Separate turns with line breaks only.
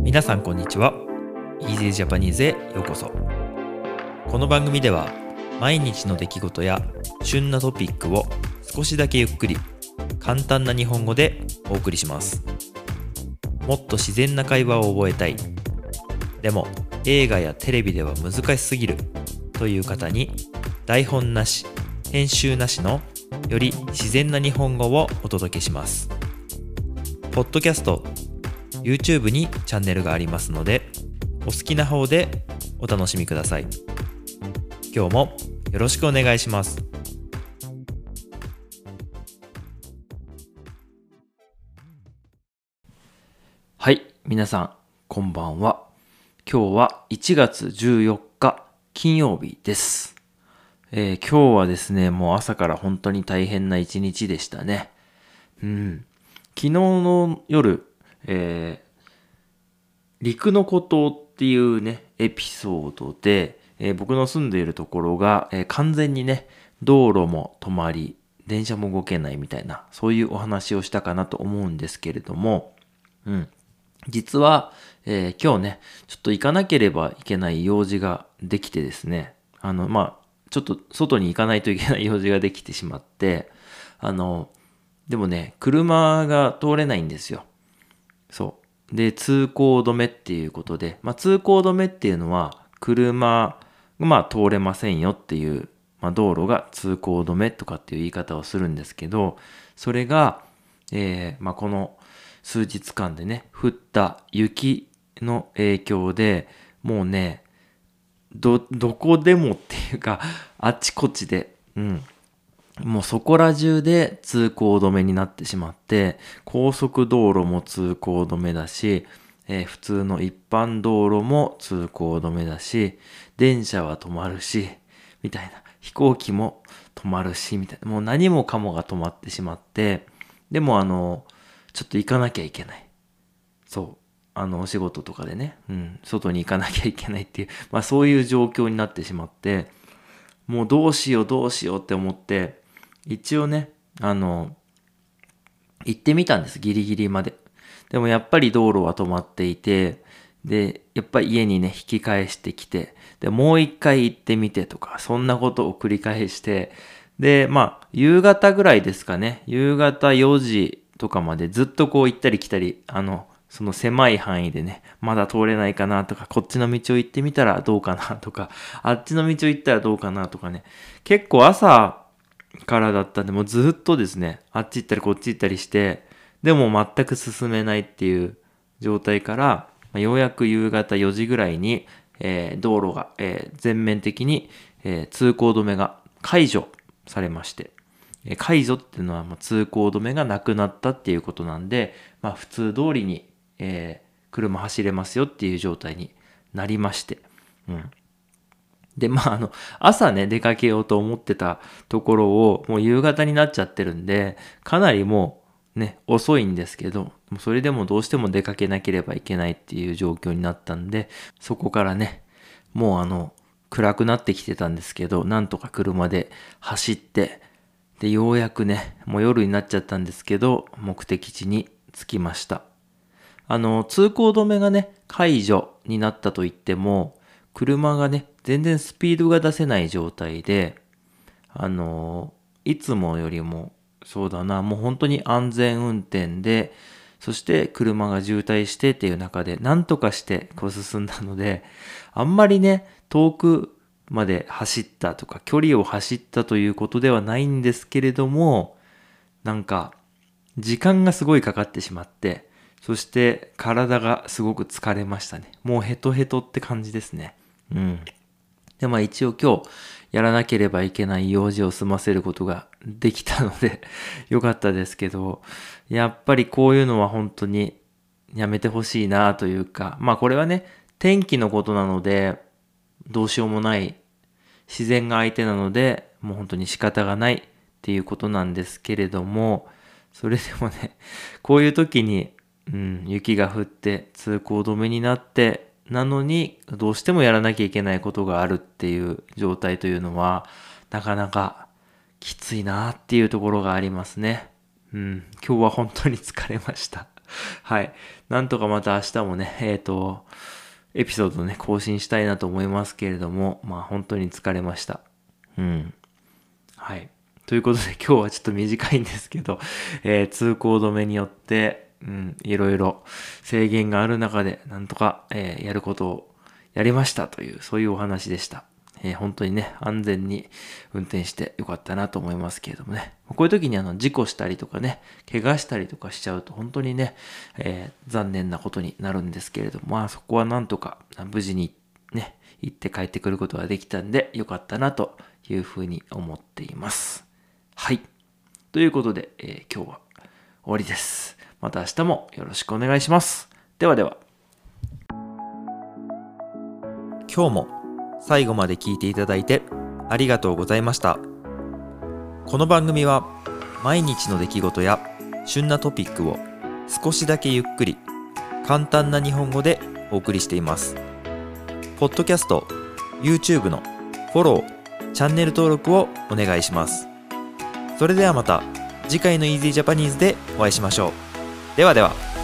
皆さんこんにちは。Easy Japanese へようこそ。この番組では毎日の出来事や旬なトピックを少しだけゆっくり簡単な日本語でお送りします。もっと自然な会話を覚えたい。でも映画やテレビでは難しすぎるという方に台本なし、編集なしのより自然な日本語をお届けします。ポッドキャスト、YouTube にチャンネルがありますので、お好きな方でお楽しみください。今日もよろしくお願いします。
はい、皆さんこんばんは。今日は1月14日金曜日です。今日はですね、もう朝から本当に大変な一日でしたね。昨日の夜、陸の孤島っていうね、エピソードで、僕の住んでいるところが、完全にね、道路も止まり、電車も動けないみたいな、そういうお話をしたかなと思うんですけれども、実は、今日ね、ちょっと行かなければいけない用事ができてですね、ちょっと外に行かないといけない用事ができてしまって、でもね、車が通れないんですよ。そう。で、通行止めっていうことで、通行止めっていうのは、車が通れませんよっていう、道路が通行止めとかっていう言い方をするんですけど、それが、この数日間でね、降った雪の影響で、もうね、どこでもっていうか、あっちこっちで、もうそこら中で通行止めになってしまって、高速道路も通行止めだし、普通の一般道路も通行止めだし、電車は止まるし、みたいな。飛行機も止まるし、みたいな。もう何もかもが止まってしまって、でもちょっと行かなきゃいけない。そう。お仕事とかでね、外に行かなきゃいけないっていう、そういう状況になってしまって、もうどうしようって思って、一応ね、行ってみたんです、ギリギリまで。でもやっぱり道路は止まっていて、で、やっぱり家にね、引き返してきて、で、もう一回行ってみてとか、そんなことを繰り返して、で、夕方ぐらいですかね、夕方4時とかまでずっとこう行ったり来たり、その狭い範囲でね、まだ通れないかなとか、こっちの道を行ってみたらどうかなとか、あっちの道を行ったらどうかなとかね、結構朝からだったんで、もうずっとですね、あっち行ったりこっち行ったりして、でも全く進めないっていう状態から、ようやく夕方4時ぐらいに、道路が、全面的に、通行止めが解除されまして、解除っていうのは通行止めがなくなったっていうことなんで、普通通りに、車走れますよっていう状態になりまして、で、朝ね、出かけようと思ってたところを、もう夕方になっちゃってるんで、かなりもうね、遅いんですけど、それでもどうしても出かけなければいけないっていう状況になったんで、そこからね、もう暗くなってきてたんですけど、なんとか車で走って、で、ようやくね、もう夜になっちゃったんですけど、目的地に着きました。通行止めがね、解除になったと言っても、車がね、全然スピードが出せない状態で、いつもよりも、そうだな、もう本当に安全運転で、そして車が渋滞してっていう中で、なんとかしてこう進んだので、あんまりね、遠くまで走ったとか、距離を走ったということではないんですけれども、なんか、時間がすごいかかってしまって、そして体がすごく疲れましたね。もうヘトヘトって感じですね。で、一応今日やらなければいけない用事を済ませることができたのでよかったですけど、やっぱりこういうのは本当にやめてほしいなというか、これはね、天気のことなので、どうしようもない、自然が相手なので、もう本当に仕方がないっていうことなんですけれども、それでもね、こういう時に、雪が降って通行止めになって、なのにどうしてもやらなきゃいけないことがあるっていう状態というのは、なかなかきついなっていうところがありますね。今日は本当に疲れました。 はい。なんとかまた明日もね、エピソードね、更新したいなと思いますけれども、まあ本当に疲れました。はい。ということで今日はちょっと短いんですけど、通行止めによって、いろいろ制限がある中で、なんとか、やることをやりましたという、そういうお話でした。本当にね、安全に運転してよかったなと思いますけれどもね。こういう時に事故したりとかね、怪我したりとかしちゃうと本当にね、残念なことになるんですけれども、まあそこはなんとか無事にね、行って帰ってくることができたんでよかったなというふうに思っています。はい。ということで、今日は終わりです。また明日もよろしくお願いします。ではでは。
今日も最後まで聞いていただいてありがとうございました。この番組は毎日の出来事や旬なトピックを少しだけゆっくり簡単な日本語でお送りしています。ポッドキャスト、YouTube のフォロー、チャンネル登録をお願いします。それではまた次回の Easy Japanese でお会いしましょう。ではでは。